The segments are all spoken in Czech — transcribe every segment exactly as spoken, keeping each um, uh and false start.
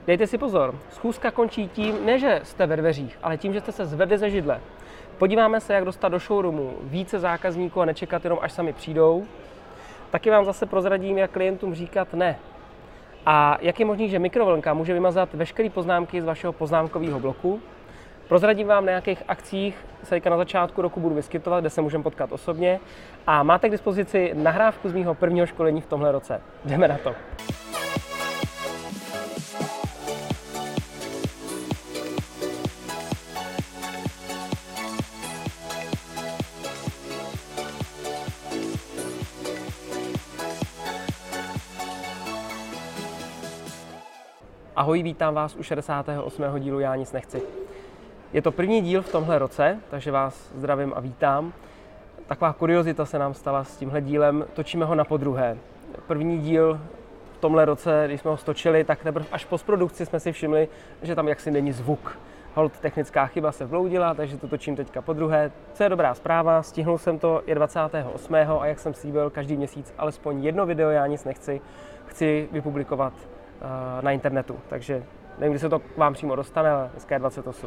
Dejte si pozor, schůzka končí tím, ne že jste ve dveřích, ale tím, že jste se zvedli ze židle. Podíváme se, jak dostat do showroomu více zákazníků a nečekat jenom, až sami přijdou. Taky vám zase prozradím, jak klientům říkat ne. A jak je možný, že mikrovlnka může vymazat veškeré poznámky z vašeho poznámkového bloku. Prozradím vám, na jakých akcích se teďka na začátku roku budu vyskytovat, kde se můžeme potkat osobně. A máte k dispozici nahrávku z mého prvního školení v tomhle roce. Jdeme na to. Ahoj, vítám vás u šedesátého osmého dílu Já nic nechci. Je to první díl v tomhle roce, takže vás zdravím a vítám. Taková kuriozita se nám stala s tímhle dílem, točíme ho na podruhé. První díl v tomhle roce, když jsme ho stočili, tak teprve až po postprodukci jsme si všimli, že tam jaksi není zvuk. Holt technická chyba se vloudila, takže to točím teďka podruhé. Co je dobrá zpráva, stihnul jsem to, je dvacátého osmého a jak jsem slíbil, každý měsíc alespoň jedno video Já nic nechci, chci vypublikovat na internetu, takže nevím, kdy se to k vám přímo dostane, ale dneska je dvacet osm.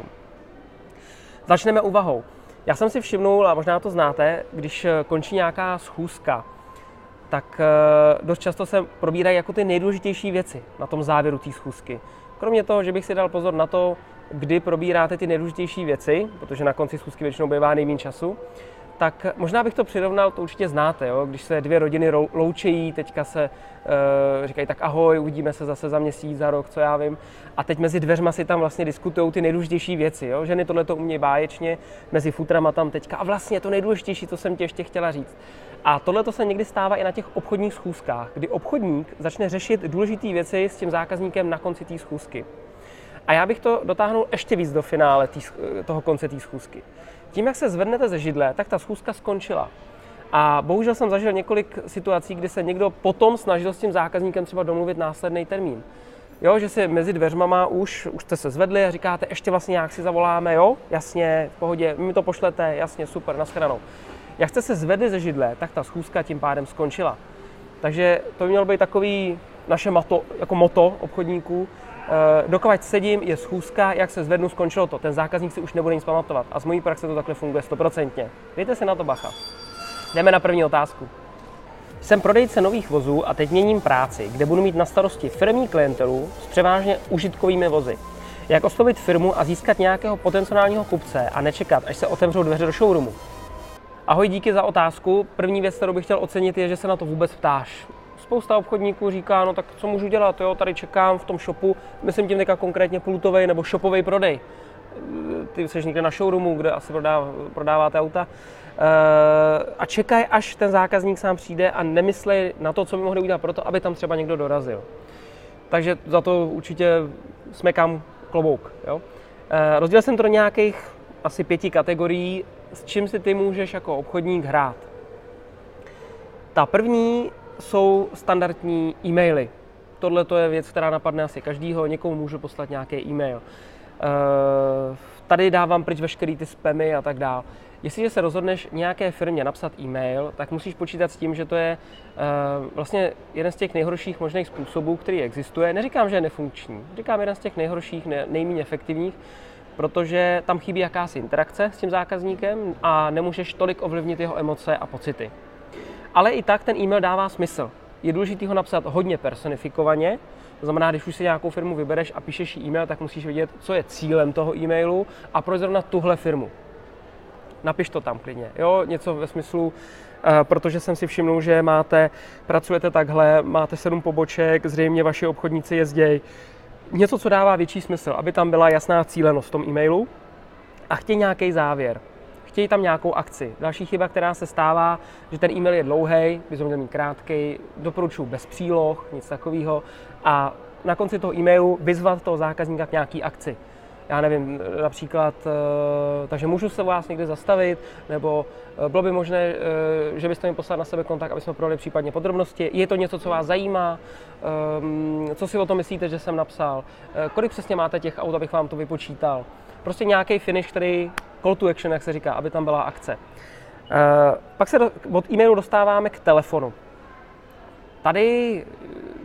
Začneme úvahou. Já jsem si všimnul, a možná to znáte, když končí nějaká schůzka, tak dost často se probírají jako ty nejdůležitější věci na tom závěru té schůzky. Kromě toho, že bych si dal pozor na to, kdy probíráte ty nejdůležitější věci, protože na konci schůzky většinou bývá nejméně času, tak možná bych to přirovnal, to určitě znáte, jo? Když se dvě rodiny loučejí, teďka se e, říkají tak ahoj, uvidíme se zase za měsíc, za rok, co já vím. A teď mezi dveřma si tam vlastně diskutují ty nejdůležitější věci. Jo? Ženy tohle to umějí báječně, mezi futrama tam teďka a vlastně to nejdůležitější, co jsem tě ještě chtěla říct. A tohle to se někdy stává i na těch obchodních schůzkách, kdy obchodník začne řešit důležité věci s tím zákazníkem na konci té schůzky. A já bych to dotáhnul ještě víc do finále tý, toho konce té schůzky. Tím, jak se zvednete ze židle, tak ta schůzka skončila. A bohužel jsem zažil několik situací, kdy se někdo potom snažil s tím zákazníkem třeba domluvit následný termín. Jo, že si mezi dveřmama už, už jste se zvedli a říkáte, ještě vlastně nějak si zavoláme, jo, jasně, v pohodě, my mi to pošlete, jasně, super, nashledanou. Jak jste se zvedli ze židle, tak ta schůzka tím pádem skončila. Takže to by mělo být takový naše mato, jako moto obchodníků. Dokud sedím, je schůzka, jak se zvednu, skončilo to. Ten zákazník si už nebude nic pamatovat. A z mojí praxe to takhle funguje stoprocentně. Dejte si na to bacha. Jdeme na první otázku. Jsem prodejce nových vozů a teď měním práci, kde budu mít na starosti firmní klientelu s převážně užitkovými vozy. Jak oslovit firmu a získat nějakého potenciálního kupce a nečekat, až se otevřou dveře do showroomu? Ahoj, díky za otázku. První věc, kterou bych chtěl ocenit, je, že se na to vůbec ptáš. Spousta obchodníků říká, no tak co můžu dělat, jo, tady čekám v tom shopu, myslím tím teďka konkrétně pultovej nebo shopovej prodej. Ty jsi někde na showroomu, kde asi prodává, prodáváte auta. A čekaj, až ten zákazník sám přijde a nemyslej na to, co by mohli udělat pro to, aby tam třeba někdo dorazil. Takže za to určitě smekám klobouk. Jo. Rozdělil jsem to do nějakých asi pěti kategorií, s čím si ty můžeš jako obchodník hrát. Ta první jsou standardní e-maily. Tohle to je věc, která napadne asi každýho, někomu můžu poslat nějaký e-mail. Tady dávám pryč veškerý ty spamy a tak dále. Jestliže se rozhodneš nějaké firmě napsat e-mail, tak musíš počítat s tím, že to je vlastně jeden z těch nejhorších možných způsobů, který existuje. Neříkám, že je nefunkční, říkám jeden z těch nejhorších, nejméně efektivních, protože tam chybí jakási interakce s tím zákazníkem a nemůžeš tolik ovlivnit jeho emoce a pocity. Ale i tak ten e-mail dává smysl. Je důležité ho napsat hodně personifikovaně, to znamená, když už si nějakou firmu vybereš a píšeš jí e-mail, tak musíš vědět, co je cílem toho e-mailu a proč zrovna tuhle firmu. Napiš to tam klidně, jo, něco ve smyslu, uh, protože jsem si všimnul, že máte, pracujete takhle, máte sedm poboček, zřejmě vaši obchodníci jezdějí. Něco, co dává větší smysl, aby tam byla jasná cílenost v tom e-mailu a chtějí nějaký závěr. Chtějí tam nějakou akci. Další chyba, která se stává, že ten e-mail je dlouhý, bys ho měl mít krátkej, doporučuji bez příloh, nic takového. A na konci toho e-mailu vyzvat toho zákazníka k nějaký akci. Já nevím, například, takže můžu se u vás někde zastavit, nebo bylo by možné, že byste mi poslali na sebe kontakt, aby jsme prodali případně podrobnosti. Je to něco, co vás zajímá? Co si o tom myslíte, že jsem napsal? Kolik přesně máte těch aut, abych vám to vypočítal? Prostě nějaký finish, který call to action, jak se říká, aby tam byla akce. Pak se do, od e-mailu dostáváme k telefonu. Tady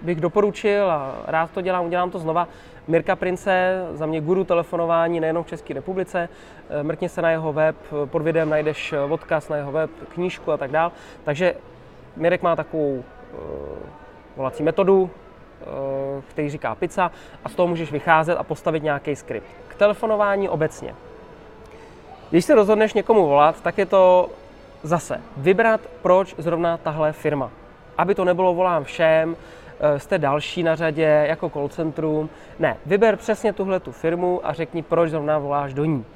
bych doporučil a rád to dělám, udělám to znova. Mirka Prince, za mě guru telefonování nejenom v České republice. Mrkni se na jeho web, pod videem najdeš odkaz na jeho web, knížku a tak dál. Takže Mirek má takovou uh, volací metodu, uh, který říká pizza, a z toho můžeš vycházet a postavit nějaký skript. K telefonování obecně. Když se rozhodneš někomu volat, tak je to zase vybrat, proč zrovna tahle firma. Aby to nebylo volám všem, jste další na řadě, jako call centrum. Ne, vyber přesně tuhle tu firmu a řekni, proč zrovna voláš do ní.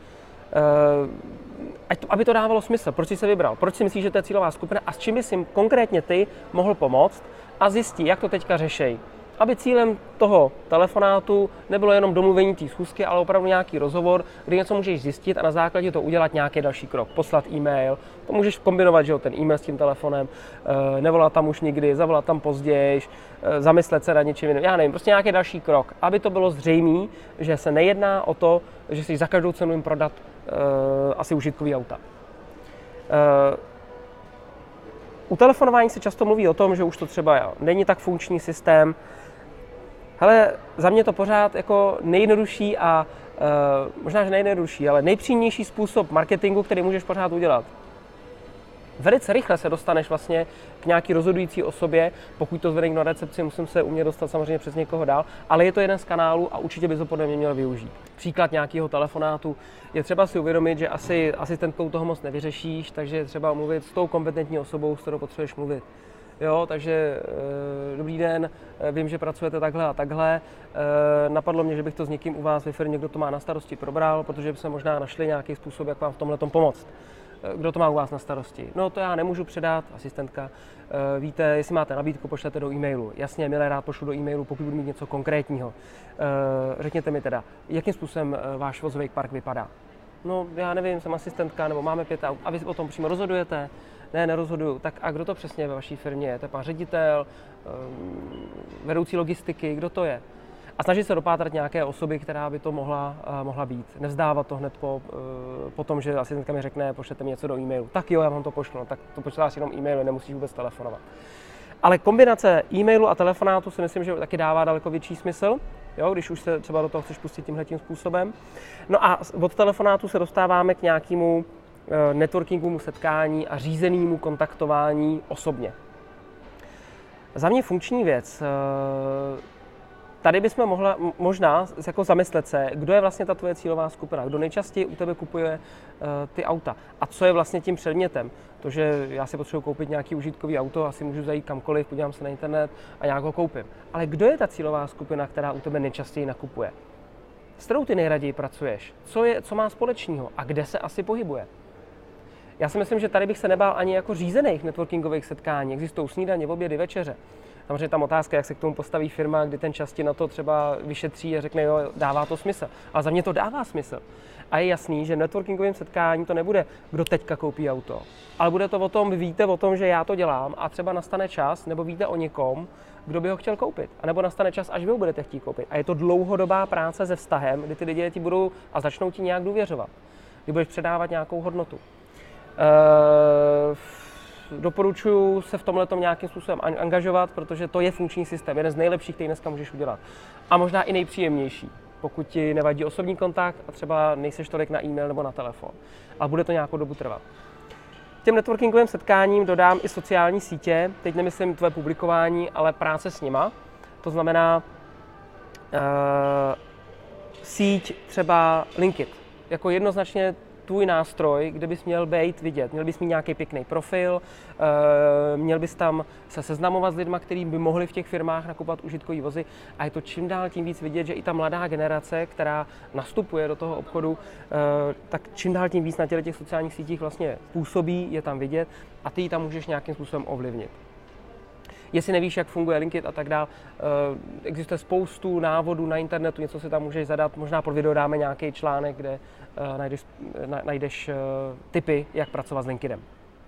Ať to, aby to dávalo smysl, proč jsi se vybral, proč si myslíš, že to je cílová skupina a s čím bys jim konkrétně ty mohl pomoct a zjistí, jak to teďka řešej. Aby cílem toho telefonátu nebylo jenom domluvení té schůzky, ale opravdu nějaký rozhovor, kdy něco můžeš zjistit a na základě to udělat nějaký další krok. Poslat e-mail, to můžeš kombinovat, že jo, ten e-mail s tím telefonem, nevolat tam už nikdy, zavolat tam později, zamyslet se na něčím jiným, já nevím, prostě nějaký další krok, aby to bylo zřejmé, že se nejedná o to, že si za každou cenu jim prodat uh, asi užitkový auta. Uh, U telefonování se často mluví o tom, že už to třeba není tak funkční systém. Hele, za mě to pořád jako nejjednodušší a e, možná, že nejjednodušší, ale nejpřímější způsob marketingu, který můžeš pořád udělat. Velice rychle se dostaneš vlastně k nějaký rozhodující osobě, pokud to zvede na recepci, musím se umět dostat samozřejmě přes někoho dál, ale je to jeden z kanálů a určitě bys ho podle mě měl využít. Příklad nějakého telefonátu je třeba si uvědomit, že asi asistentkou toho moc nevyřešíš, takže je třeba mluvit s tou kompetentní osobou, s kterou potřebuješ mluvit. Jo, takže e, dobrý den, e, vím, že pracujete takhle a takhle. E, napadlo mě, že bych to s někým u vás ve firmě, kdo to má na starosti, probral, protože bychom možná našli nějaký způsob, jak vám v tomhletom pomoct. Kdo to má u vás na starosti? No to já nemůžu předat, asistentka. E, víte, jestli máte nabídku, pošlete do e-mailu. Jasně, milé rád pošlu do e-mailu, pokud budu mít něco konkrétního. E, řekněte mi teda, jakým způsobem váš vozový park vypadá? No já nevím, jsem asistentka, nebo máme pět aut. A vy o tom přímo rozhodujete? Ne, nerozhoduju. Tak a kdo to přesně ve vaší firmě je? To je pan ředitel, vedoucí logistiky, kdo to je? A snažit se dopátrat nějaké osoby, která by to mohla, mohla být. Nevzdávat to hned po, po tom, že asistentka mi řekne, pošlete mi něco do e-mailu. Tak jo, já vám to pošlu, no, tak to pošláš jenom e-mail, nemusíš vůbec telefonovat. Ale kombinace e-mailu a telefonátu si myslím, že taky dává daleko větší smysl, jo, když už se třeba do toho chceš pustit tímhletím způsobem. No a od telefonátu se dostáváme k nějakému networkingovému setkání a řízenému kontaktování osobně. Za mě funkční věc. Tady bychom mohla, možná jako zamyslet se, kdo je vlastně ta tvoje cílová skupina, kdo nejčastěji u tebe kupuje uh, ty auta a co je vlastně tím předmětem. To, že já si potřebuji koupit nějaký užitkový auto, asi můžu zajít kamkoliv, podívám se na internet a nějak ho koupím. Ale kdo je ta cílová skupina, která u tebe nejčastěji nakupuje? S kterou ty nejraději pracuješ? Co, je, co má společného a kde se asi pohybuje? Já si myslím, že tady bych se nebál ani jako řízených networkingových setkání. Existují snídaně, obědy, večeře. Samozřejmě tam otázka, jak se k tomu postaví firma, kdy ten čas ti na to třeba vyšetří a řekne, jo, dává to smysl. Ale za mě to dává smysl. A je jasný, že v networkingovém setkání to nebude, kdo teďka koupí auto. Ale bude to o tom, vy víte o tom, že já to dělám a třeba nastane čas, nebo víte o někom, kdo by ho chtěl koupit. A nebo nastane čas, až vy ho budete chtít koupit. A je to dlouhodobá práce se vztahem, kdy ty lidi ti budou a začnou ti nějak důvěřovat. Kdy budeš předávat nějakou hodnotu. Uh, doporučuji se v tomhletom nějakým způsobem angažovat, protože to je funkční systém, jeden z nejlepších, který dneska můžeš udělat. A možná i nejpříjemnější, pokud ti nevadí osobní kontakt a třeba nejseš tolik na e-mail nebo na telefon. A bude to nějakou dobu trvat. Těm networkingovým setkáním dodám i sociální sítě, teď nemyslím tvoje publikování, ale práce s nima. To znamená uh, síť třeba LinkedIn, jako jednoznačně tvůj nástroj, kde bys měl být vidět. Měl bys mít nějaký pěkný profil, měl bys tam se seznamovat s lidmi, kteří by mohli v těch firmách nakupovat užitkový vozy a je to čím dál tím víc vidět, že i ta mladá generace, která nastupuje do toho obchodu, tak čím dál tím víc na těch sociálních sítích vlastně působí, je tam vidět a ty ji tam můžeš nějakým způsobem ovlivnit. Jestli nevíš, jak funguje LinkedIn a tak dál, existuje spoustu návodů na internetu, něco si tam můžeš zadat, možná pod video dáme nějaký článek, kde najdeš, najdeš tipy, jak pracovat s LinkedInem.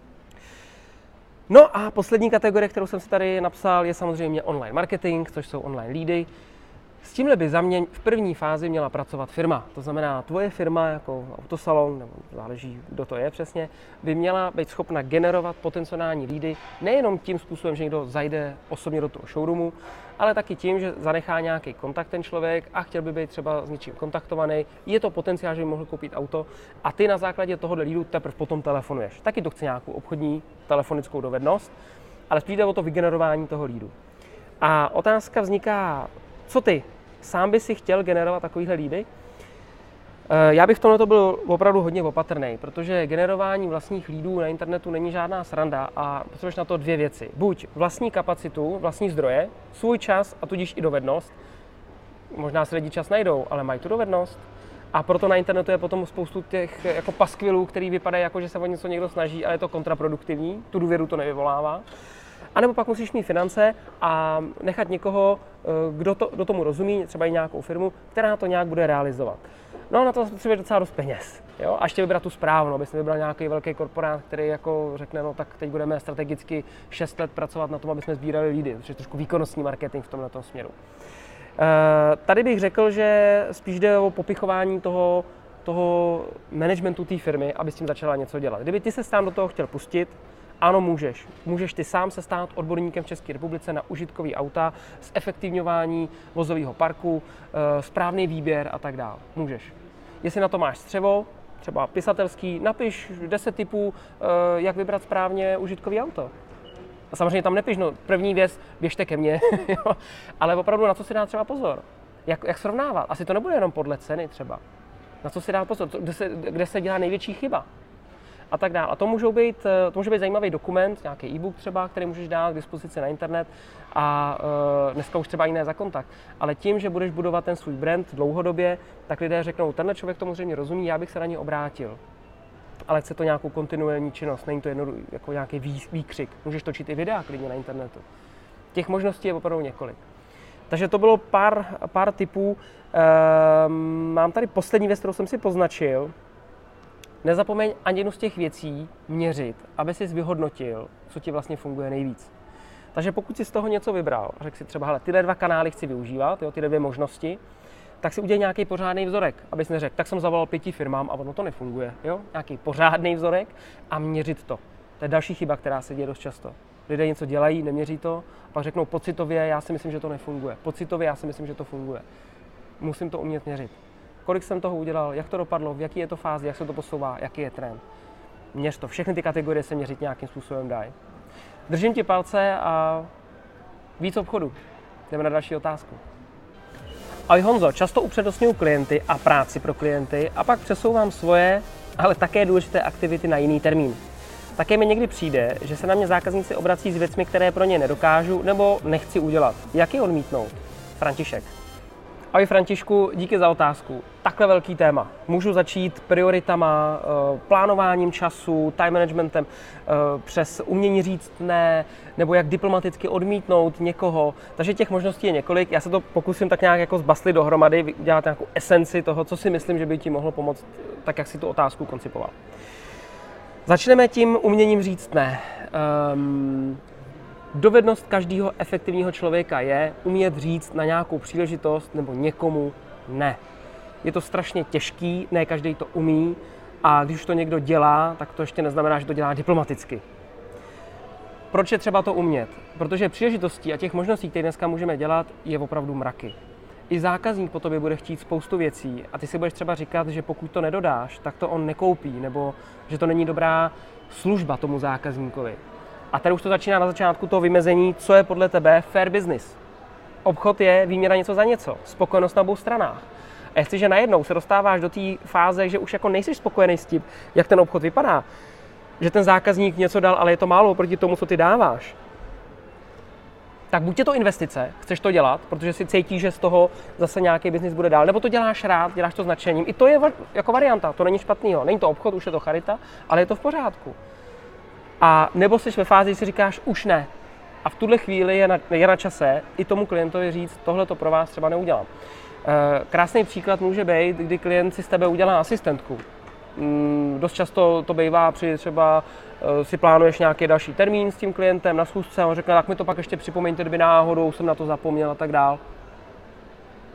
No a poslední kategorie, kterou jsem si tady napsal, je samozřejmě online marketing, což jsou online leady. S tímhle by za mě v první fázi měla pracovat firma. To znamená, tvoje firma jako autosalon, nebo záleží, kdo to je přesně, by měla být schopna generovat potenciální lídy nejenom tím způsobem, že někdo zajde osobně do toho showroomu, ale taky tím, že zanechá nějaký kontakt ten člověk a chtěl by být třeba s něčím kontaktovaný. Je to potenciál, že by mohl koupit auto a ty na základě tohohle lídu teprve potom telefonuješ. Taky to chce nějakou obchodní telefonickou dovednost, ale spíš jde o to vygenerování toho lídu. A otázka vzniká, co ty? Sám by si chtěl generovat takovýhle lídy? Já bych v tomhle byl opravdu hodně opatrný, protože generování vlastních lídů na internetu není žádná sranda a potřebuješ na to dvě věci. Buď vlastní kapacitu, vlastní zdroje, svůj čas a tudíž i dovednost. Možná si lidi čas najdou, ale mají tu dovednost. A proto na internetu je potom spoustu těch jako paskvilů, který vypadají jako, že se o něco někdo snaží, ale je to kontraproduktivní, tu důvěru to nevyvolává. A nebo pak musíš mít finance a nechat někoho, kdo, to, kdo tomu rozumí, třeba i nějakou firmu, která to nějak bude realizovat. No na to potřebuje docela dost peněz. Jo? A ještě vybrat tu správnou, abys vybral nějaký velký korporát, který jako řekne, no tak teď budeme strategicky šest let pracovat na tom, aby jsme sbírali lídy, což je trošku výkonnostní marketing v tomto směru. E, tady bych řekl, že spíš jde o popichování toho, toho managementu té firmy, aby s tím začala něco dělat. Kdyby ty se sám do toho chtěl pustit, ano, můžeš. Můžeš ty sám se stát odborníkem v České republice na užitkový auta, zefektivňování vozového parku, správný výběr a tak dále. Můžeš. Jestli na to máš střevo, třeba pisatelský, napiš deset tipů, jak vybrat správně užitkový auto. A samozřejmě tam nepiš, no první věc, běžte ke mně, ale opravdu na co si dá třeba pozor. Jak, jak srovnávat? Asi to nebude jenom podle ceny třeba. Na co si dá pozor, kde se, kde se dělá největší chyba. A tak dále. A to, můžou být, to může být zajímavý dokument, nějaký e-book třeba, který můžeš dát k dispozici na internet a uh, dneska už třeba jiné za kontakt. Ale tím, že budeš budovat ten svůj brand dlouhodobě, tak lidé řeknou, tenhle člověk tomu zřejmě rozumí, já bych se na ně obrátil. Ale chce to nějakou kontinuální činnost, není to jedno jako nějaký vý, výkřik. Můžeš točit i videa klidně na internetu. Těch možností je opravdu několik. Takže to bylo pár, pár tipů. Ehm, mám tady poslední věc, kterou jsem si poznačil. Nezapomeň ani jednu z těch věcí měřit, aby jsi vyhodnotil, co ti vlastně funguje nejvíc. Takže pokud jsi z toho něco vybral, řekl si třeba, hele, tyhle dva kanály chci využívat, jo, tyhle dvě možnosti, tak si udělej nějaký pořádný vzorek, abys neřekl, tak jsem zavolal pěti firmám a ono to nefunguje. Jo? Nějaký pořádný vzorek a měřit to. To je další chyba, která se děje dost často. Lidé něco dělají, neměří to, a pak řeknou pocitově, já si myslím, že to nefunguje. Pocitově, já si myslím, že to funguje. Musím to umět měřit. Kolik jsem toho udělal, jak to dopadlo, v jaký je to fázi, jak se to posouvá, jaký je trend. Měř to. Všechny ty kategorie se měřit nějakým způsobem dají. Držím ti palce a víc obchodu. Jdeme na další otázku. Ahoj Honzo, často upřednostňuji klienty a práci pro klienty a pak přesouvám svoje, ale také důležité aktivity na jiný termín. Také mi někdy přijde, že se na mě zákazníci obrací s věcmi, které pro ně nedokážu nebo nechci udělat. Jak je odmítnout? František. Ahoj Františku, díky za otázku. Takhle velký téma. Můžu začít prioritama, plánováním času, time managementem, přes umění říct ne, nebo jak diplomaticky odmítnout někoho. Takže těch možností je několik. Já se to pokusím tak nějak jako zbastlit dohromady, dělat nějakou esenci toho, co si myslím, že by ti mohlo pomoct, tak jak si tu otázku koncipoval. Začneme tím uměním říct ne. Um, Dovednost každého efektivního člověka je umět říct na nějakou příležitost nebo někomu ne. Je to strašně těžký, ne každý to umí a když to někdo dělá, tak to ještě neznamená, že to dělá diplomaticky. Proč je třeba to umět? Protože příležitostí a těch možností, které dneska můžeme dělat, je opravdu mraky. I zákazník po tobě bude chtít spoustu věcí a ty si budeš třeba říkat, že pokud to nedodáš, tak to on nekoupí nebo že to není dobrá služba tomu zákazníkovi. A tady už to začíná na začátku toho vymezení, co je podle tebe fair business. Obchod je výměra něco za něco, spokojenost na obou stranách. A jestliže najednou se dostáváš do té fáze, že už jako nejsi spokojený s tím, jak ten obchod vypadá, že ten zákazník něco dal, ale je to málo proti tomu, co ty dáváš, tak buď je to investice, chceš to dělat, protože si cítíš, že z toho zase nějaký biznis bude dál, nebo to děláš rád, děláš to s nadšením. I to je jako varianta, to není špatného. Není to obchod, už je to charita, ale je to v pořádku. A nebo jsi ve fázi, kdy si říkáš už ne. A v tuhle chvíli je na, je na čase i tomu klientovi říct, tohle to pro vás třeba neudělám. E, krásný příklad může být, kdy klient si z tebe udělá asistentku. Mm, dost často to bývá při třeba e, si plánuješ nějaký další termín s tím klientem na schůzce a on řekne, tak mi to pak ještě připomeňte, kdyby náhodou jsem na to zapomněl a tak dál.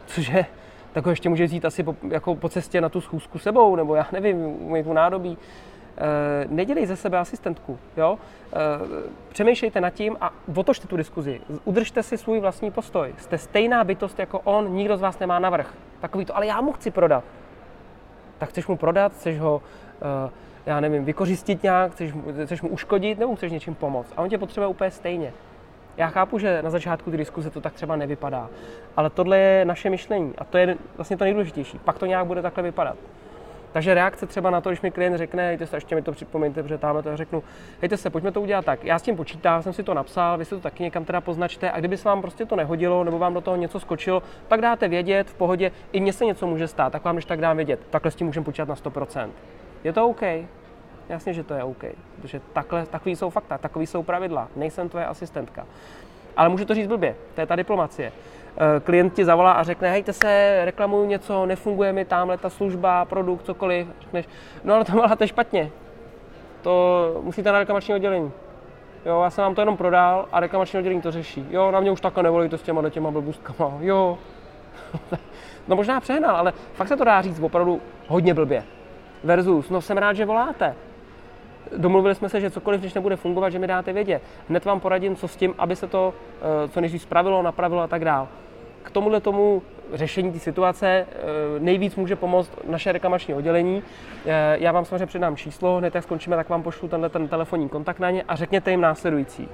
Což je, tak ho ještě může vzít asi po, jako po cestě na tu schůzku sebou, nebo já nevím, umít mu nádobí. E, nedělej ze sebe asistentku, jo? E, přemýšlejte nad tím a otočte tu diskuzi. Udržte si svůj vlastní postoj. Jste stejná bytost jako on, nikdo z vás nemá navrch. Takový to, ale já mu chci prodat. Tak chceš mu prodat, chceš ho, e, já nevím, vykořistit nějak, chceš, chceš mu uškodit, nebo chceš něčím pomoct. A on tě potřebuje úplně stejně. Já chápu, že na začátku ty diskuze to tak třeba nevypadá, ale tohle je naše myšlení a to je vlastně to nejdůležitější. Pak to nějak bude takhle vypadat. Takže reakce třeba na to, když mi klient řekne, hejte se, ještě mi to připomeňte, protože tamhle to já řeknu, hejte se, pojďme to udělat tak. Já s tím počítám, jsem si to napsal, vy si to taky někam teda poznačte a kdyby se vám prostě to nehodilo nebo vám do toho něco skočilo, tak dáte vědět v pohodě, i mně se něco může stát, tak vám když tak dám vědět. Takhle s tím můžeme počítat na sto procent. Je to OK? Jasně, že to je OK, protože takhle, takový jsou fakta, takový jsou pravidla, nejsem tvoje asistentka. Ale můžu to říct blbě, to je ta diplomacie. Klient ti zavolá a řekne, hejte se, reklamuju něco, nefunguje mi tamhle ta služba, produkt, cokoliv. Řekneš, no ale to máte špatně, to musíte na reklamační oddělení. Jo, já jsem vám to jenom prodal a reklamační oddělení to řeší. Jo, na mě už takhle nevolejte s těma těma blbůstkama, jo. No možná přehnal, ale fakt se to dá říct opravdu hodně blbě. Versus, no jsem rád, že voláte. Domluvili jsme se, že cokoliv, když nebude fungovat, že mi dáte vědět. Hned vám poradím, co s tím, aby se to co nejdřív spravilo, napravilo a tak dál. K tomuhle tomu řešení té situace nejvíc může pomoct naše reklamační oddělení. Já vám samozřejmě předám číslo, hned jak skončíme, tak vám pošlu tenhle ten telefonní kontakt na ně a řekněte jim následující.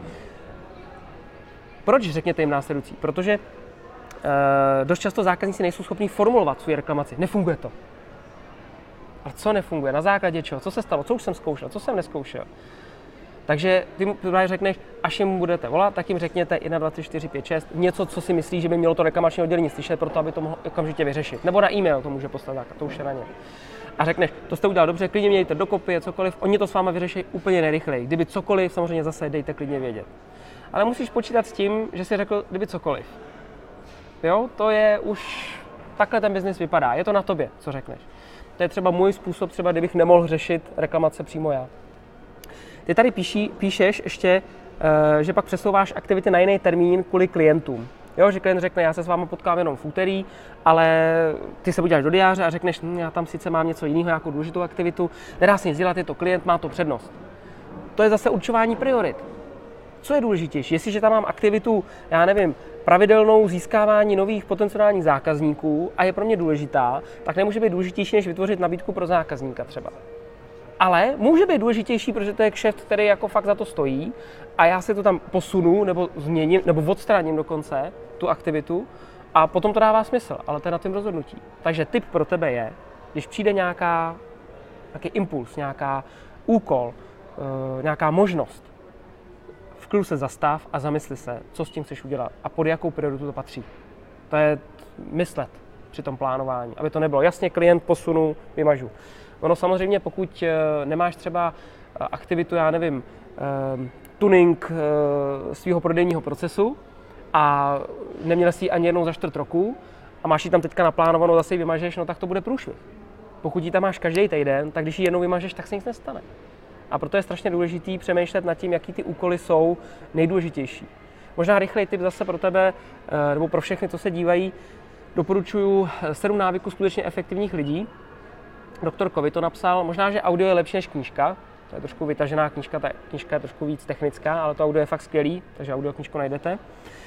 Proč řekněte jim následující? Protože dost často zákazníci nejsou schopni formulovat svou reklamaci. Nefunguje to. A co nefunguje? Na základě čeho? Co se stalo? Co už jsem zkoušel? Co jsem neskoušel? Takže ty mu právě řekneš, až jim budete volat, tak jim řekněte jedna, dva, tři, čtyři, pět, šest, něco, co si myslí, že by mělo to reklamační oddělení slyšet, proto aby to mohlo okamžitě vyřešit. Nebo na e-mail to může poslat, tak to už je na ně. A řekneš, to jste udělal dobře, klidně mějte do kopie, cokoliv, oni to s váma vyřeší úplně nejrychleji. Kdyby cokoliv, samozřejmě zase dejte klidně vědět. Ale musíš počítat s tím, že si řekl, kdyby cokoliv. Jo, to je už, takhle ten biznis vypadá, je to na tobě, co řekneš. To je třeba můj způsob, třeba kdybych nemohl řešit reklamace přímo já. Ty tady píší, píšeš ještě, že pak přesouváš aktivity na jiný termín kvůli klientům. Jo, že klient řekne, já se s vámi potkám jenom v úterý, ale ty se podíváš do diáře a řekneš, hm, já tam sice mám něco jiného, nějakou důležitou aktivitu, nedá se nic dělat, je to klient, má to přednost. To je zase určování priorit. Co je důležitější? Jestliže tam mám aktivitu, já nevím, pravidelnou získávání nových potenciálních zákazníků a je pro mě důležitá, tak nemůže být důležitější, než vytvořit nabídku pro zákazníka třeba. Ale může být důležitější, protože to je kšeft, který jako fakt za to stojí a já si to tam posunu nebo změním, nebo odstraním dokonce tu aktivitu a potom to dává smysl, ale to je na tom rozhodnutí. Takže tip pro tebe je, když přijde nějaká, nějaký impuls, nějaká úkol, nějaká možnost, v klidu se zastav a zamysli se, co s tím chceš udělat a pod jakou prioritu to patří. To je myslet při tom plánování, aby to nebylo jasně klient posunu, vymažu. Ono samozřejmě, pokud nemáš třeba aktivitu, já nevím, tuning svého prodejního procesu a neměl jsi ji ani jednou za čtvrt roku a máš ji tam teďka naplánovanou, zase ji vymažeš, no tak to bude průšvih. Pokud ji tam máš každý týden, tak když ji jednou vymažeš, tak se nic nestane. A proto je strašně důležitý přemýšlet nad tím, jaký ty úkoly jsou nejdůležitější. Možná rychlej tip zase pro tebe, nebo pro všechny, co se dívají, doporučuji sedm návyků skutečně efektivních lidí. Doktor Kovy to napsal, možná, že audio je lepší než knížka, to je trošku vytažená knížka, ta knížka je trošku víc technická, ale to audio je fakt skvělý, takže audio knížku najdete.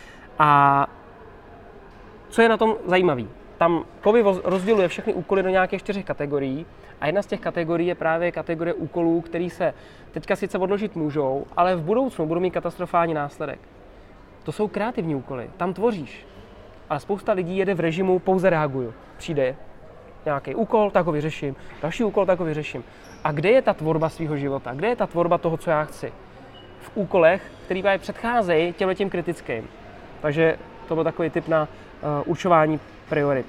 A co je na tom zajímavý? Tam Kovy rozděluje všechny úkoly do nějakých čtyřech kategorií a jedna z těch kategorií je právě kategorie úkolů, které se teďka sice odložit můžou, ale v budoucnu budou mít katastrofální následek. To jsou kreativní úkoly, tam tvoříš, ale spousta lidí jede v režimu pouze reaguju. Přijde nějaký úkol, tak ho vyřeším, další úkol, tak ho vyřeším. A kde je ta tvorba svého života? Kde je ta tvorba toho, co já chci? V úkolech, který právě předcházejí těmhletěm kritickým. Takže to byl takový tip na uh, určování priorit.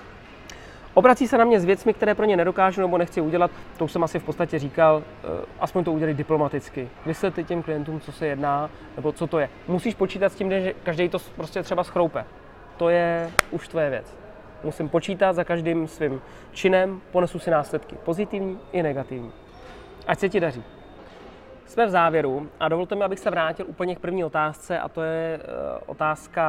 Obrací se na mě s věcmi, které pro ně nedokážu nebo nechci udělat, to už jsem asi v podstatě říkal, uh, aspoň to udělej diplomaticky. Vysvětli těm klientům, co se jedná, nebo co to je. Musíš počítat s tím, že každý to prostě třeba schroupe. To je už tvoje věc. Musím počítat za každým svým činem, ponesu si následky, pozitivní i negativní. Ať se ti daří. Jsme v závěru a dovolte mi, abych se vrátil úplně k první otázce a to je uh, otázka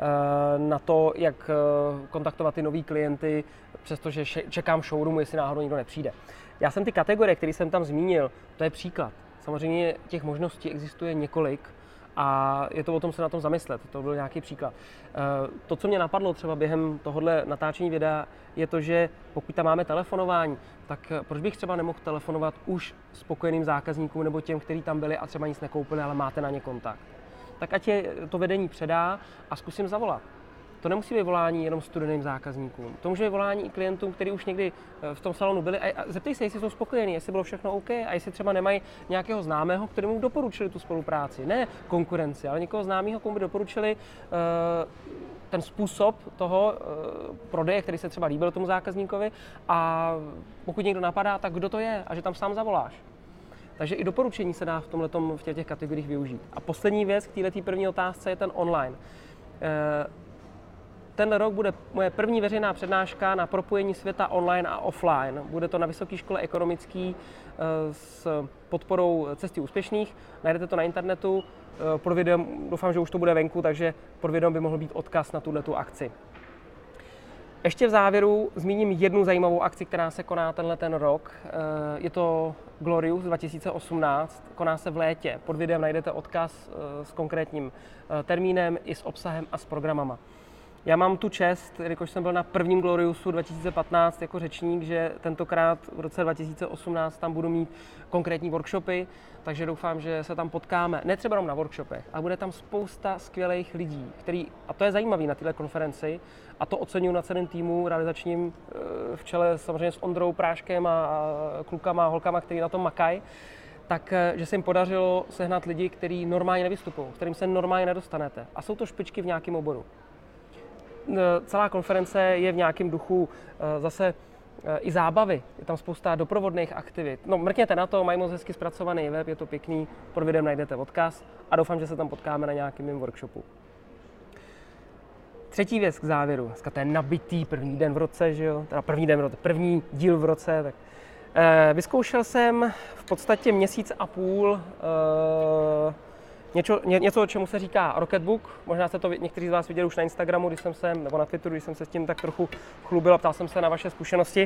na to, jak kontaktovat ty nový klienty, přestože čekám showroomu, jestli náhodou nikdo nepřijde. Já jsem ty kategorie, které jsem tam zmínil, to je příklad. Samozřejmě těch možností existuje několik a je to o tom se na tom zamyslet, to byl nějaký příklad. To, co mě napadlo třeba během tohohle natáčení videa, je to, že pokud tam máme telefonování, tak proč bych třeba nemohl telefonovat už spokojeným zákazníkům nebo těm, kteří tam byli a třeba nic nekoupili, ale máte na ně kontakt. Tak ať je to vedení předá a zkusím zavolat. To nemusí být volání jenom studeným zákazníkům. To může být volání i klientům, kteří už někdy v tom salonu byli a zeptej se, jestli jsou spokojení, jestli bylo všechno OK a jestli třeba nemají nějakého známého, kterému doporučili tu spolupráci. Ne konkurenci, ale někoho známého, komu by doporučili uh, ten způsob toho uh, prodeje, který se třeba líbil tomu zákazníkovi a pokud někdo napadá, tak kdo to je a že tam sám zavoláš. Takže i doporučení se dá v tomhletom, v těch, těch kategoriích využít. A poslední věc k této první otázce je ten online. Uh, Tenhle rok bude moje první veřejná přednáška na propojení světa online a offline. Bude to na Vysoké škole ekonomické s podporou Cesty úspěšných. Najdete to na internetu. Pod videem, doufám, že už to bude venku, takže pod videem by mohl být odkaz na tuhletu akci. Ještě v závěru zmíním jednu zajímavou akci, která se koná tenhle ten rok. Je to Glorious dva tisíce osmnáct, koná se v létě. Pod videem najdete odkaz s konkrétním termínem i s obsahem a s programama. Já mám tu čest, jelikož jsem byl na prvním Gloriousu dva tisíce patnáct jako řečník, že tentokrát v roce dva tisíce osmnáct tam budu mít konkrétní workshopy, takže doufám, že se tam potkáme. Ne třeba jenom na workshopech, ale bude tam spousta skvělých lidí, který, a to je zajímavé na této konferenci, a to oceňuji na celém týmu realizačním v čele samozřejmě s Ondrou Práškem a klukama a holkama, kteří na tom makají, tak, že se jim podařilo sehnat lidi, kteří normálně nevystupují, kterým se normálně nedostanete. A jsou to špičky v nějakém oboru. Celá konference je v nějakém duchu zase i zábavy. Je tam spousta doprovodných aktivit. No, mrkněte na to, mají moc hezky zpracovaný web, je to pěkný, pod videem najdete odkaz a doufám, že se tam potkáme na nějakém mým workshopu. Třetí věc k závěru. Dneska to je nabitý první den v roce, že jo? Teda první den v roce, první díl v roce. Tak. E, vyzkoušel jsem v podstatě měsíc a půl e, Něco, ně, něco, čemu se říká Rocketbook. Možná jste to někteří z vás viděli už na Instagramu, když jsem se, nebo na Twitteru, když jsem se s tím tak trochu chlubil a ptal jsem se na vaše zkušenosti.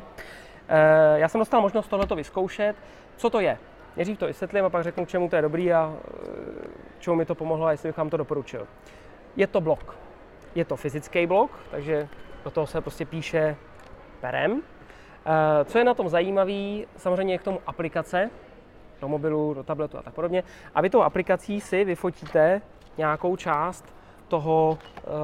E, já jsem dostal možnost tohleto vyzkoušet. Co to je? Nejdřív to vysvětlím a pak řeknu, čemu to je dobrý a čemu mi to pomohlo a jestli bych vám to doporučil. Je to blog. Je to fyzický blog, takže do toho se prostě píše perem. E, co je na tom zajímavé, samozřejmě je k tomu aplikace, do mobilu, do tabletu a tak podobně. A vy tou aplikací si vyfotíte nějakou část toho,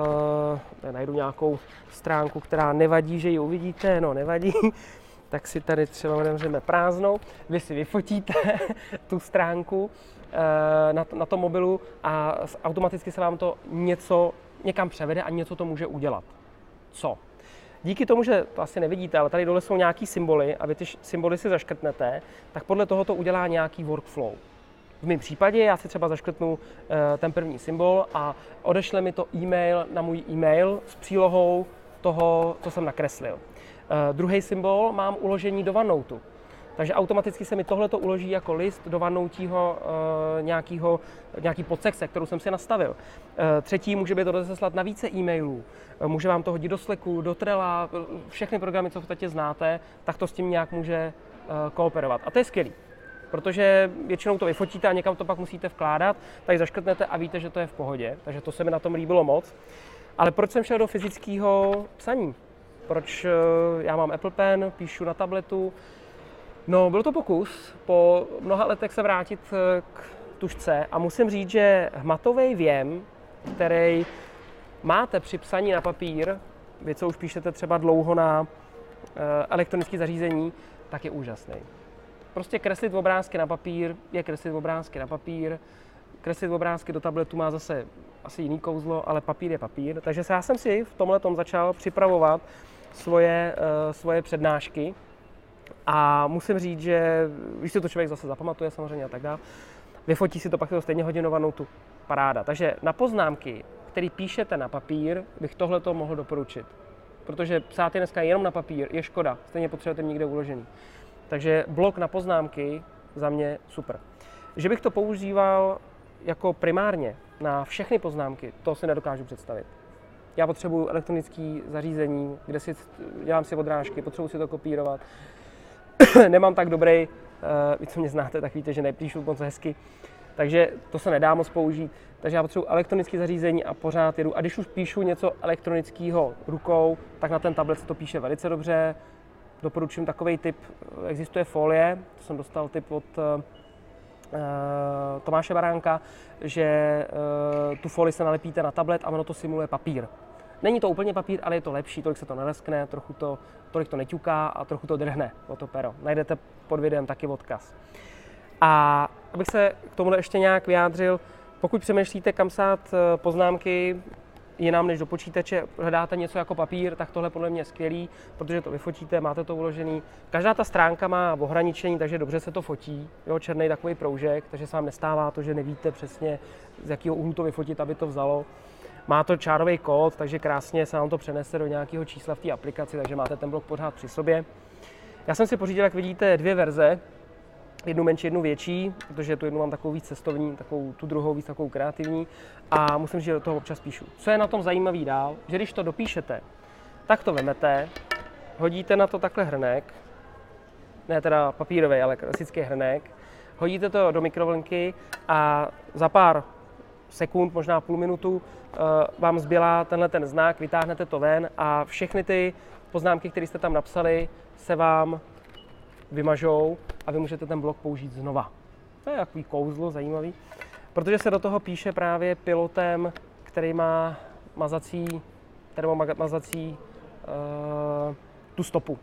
uh, najdu nějakou stránku, která nevadí, že ji uvidíte, no nevadí, tak si tady třeba otevřeme prázdnou, vy si vyfotíte tu stránku uh, na, na tom mobilu a automaticky se vám to něco někam převede a něco to může udělat. Co? Díky tomu, že to asi nevidíte, ale tady dole jsou nějaký symboly a vy ty symboly si zaškrtnete, tak podle toho to udělá nějaký workflow. V mém případě já si třeba zaškrtnu ten první symbol a odešle mi to e-mail na můj e-mail s přílohou toho, co jsem nakreslil. Druhý symbol mám uložení do OneNoteu. Takže automaticky se mi tohleto uloží jako list do OneNoteho e, nějakýho, nějaký podsekce, kterou jsem si nastavil. E, třetí může být to rozeslat na více e-mailů. E, může vám to hodit do Slacku, do Trella, všechny programy, co v podstatě znáte, tak to s tím nějak může e, kooperovat. A to je skvělý, protože většinou to vyfotíte a někam to pak musíte vkládat, tady zaškrtnete a víte, že to je v pohodě. Takže to se mi na tom líbilo moc. Ale proč jsem šel do fyzického psaní? Proč e, já mám Apple Pen, píšu na tabletu? No, byl to pokus po mnoha letech se vrátit k tužce a musím říct, že hmatový věm, který máte při psaní na papír, vy co už píšete třeba dlouho na elektronické zařízení, tak je úžasný. Prostě kreslit obrázky na papír je kreslit obrázky na papír, kreslit obrázky do tabletu má zase asi jiný kouzlo, ale papír je papír. Takže já jsem si v tomhletom začal připravovat svoje, svoje přednášky. A musím říct, že když si to člověk zase zapamatuje samozřejmě a tak dále, vyfotí si to, pak to stejně hodí na OneNoteu, paráda. Takže na poznámky, které píšete na papír, bych tohleto mohl doporučit. Protože psát je dneska jenom na papír je škoda, stejně potřebujete někde uložený. Takže blok na poznámky za mě super. Že bych to používal jako primárně na všechny poznámky, to si nedokážu představit. já potřebuji elektronické zařízení, kde si dělám si odrážky, potřebuji si to kopírovat. Nemám tak dobrý, vy co mě znáte, tak víte, že nepíšu moc hezky, takže to se nedá moc použít. Takže já potřebuji elektronické zařízení a pořád jedu. A když už píšu něco elektronického rukou, tak na ten tablet se to píše velice dobře. Doporučím takový tip, existuje folie, to jsem dostal tip od uh, Tomáše Baránka, že uh, tu folii se nalepíte na tablet a ono to simuluje papír. Není to úplně papír, ale je to lepší, tolik se to neleskne, trochu to, tolik to neťuká a trochu to drhne o to pero. Najdete pod videem taky odkaz. A abych se k tomuhle ještě nějak vyjádřil, pokud přemýšlíte, kam sát poznámky jinam než do počítače, hledáte něco jako papír, tak tohle podle mě je skvělý, protože to vyfotíte, máte to uložený. Každá ta stránka má ohraničení, takže dobře se to fotí, jo, černý takový proužek, takže se vám nestává to, že nevíte přesně, z jakého úhlu to vyfotit, aby to vzalo. Má to čárový kód, takže krásně se vám to přenese do nějakého čísla v té aplikaci, takže máte ten blok pořád při sobě. Já jsem si pořídil, jak vidíte, dvě verze. Jednu menší, jednu větší, protože tu jednu mám takovou víc cestovní, takovou tu druhou víc takovou kreativní a musím říct, že do toho občas píšu. Co je na tom zajímavý dál, že když to dopíšete, tak to vemete, hodíte na to takhle hrnek, ne teda papírový, ale klasický hrnek, hodíte to do mikrovlnky a za pár sekund, možná půl minutu, vám zbělá tenhle ten znak, vytáhnete to ven a všechny ty poznámky, které jste tam napsali, se vám vymažou a vy můžete ten blok použít znova. To je takový kouzlo zajímavý, protože se do toho píše právě pilotem, který má mazací, termomazací uh, tu stopu.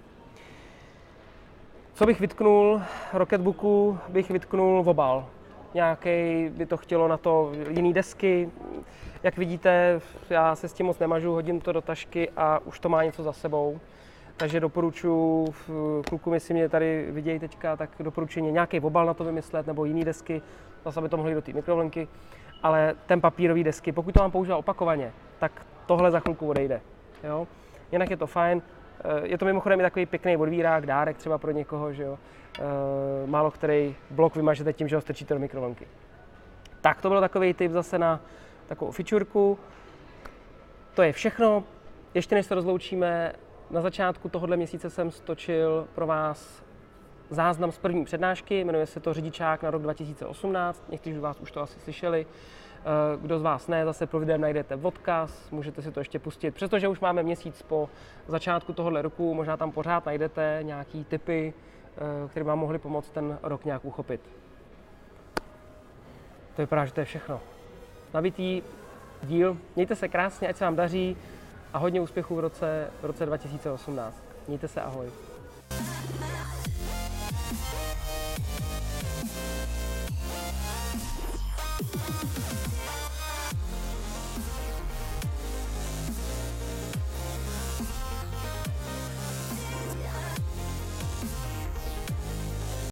Co bych vytknul Rocketbooku, bych vytknul obal. Nějaký by to chtělo na to jiný desky. Jak vidíte, já se s tím moc nemažu, hodím to do tašky a už to má něco za sebou. Takže doporučuji, klukům, jestli mě tady vidějí teďka, tak doporučuji nějaký obal na to vymyslet nebo jiný desky, zase aby to mohli do té mikrovlnky. Ale ten papírový desky, pokud to mám používat opakovaně, tak tohle za chvilku odejde. Jo? Jinak je to fajn. Je to mimochodem i takový pěkný odvírák, dárek třeba pro někoho, že jo? Málo který blok vymažete tím, že ho strčíte do mikrovlnky. Tak to byl takový tip zase na takovou fičurku. To je všechno. Ještě než se rozloučíme, na začátku tohohle měsíce jsem stočil pro vás záznam z první přednášky, jmenuje se to Řidičák na rok dva tisíce osmnáct, někteří z vás už to asi slyšeli, kdo z vás ne, zase pro videem najdete odkaz, můžete si to ještě pustit, přestože už máme měsíc po začátku tohohle roku, možná tam pořád najdete nějaký tipy, které vám mohly pomoct ten rok nějak uchopit. To vypadá, že to je všechno. Nabitý díl, mějte se krásně, ať se vám daří, a hodně úspěchů v roce, v roce dva tisíce osmnáct. Mějte se, ahoj.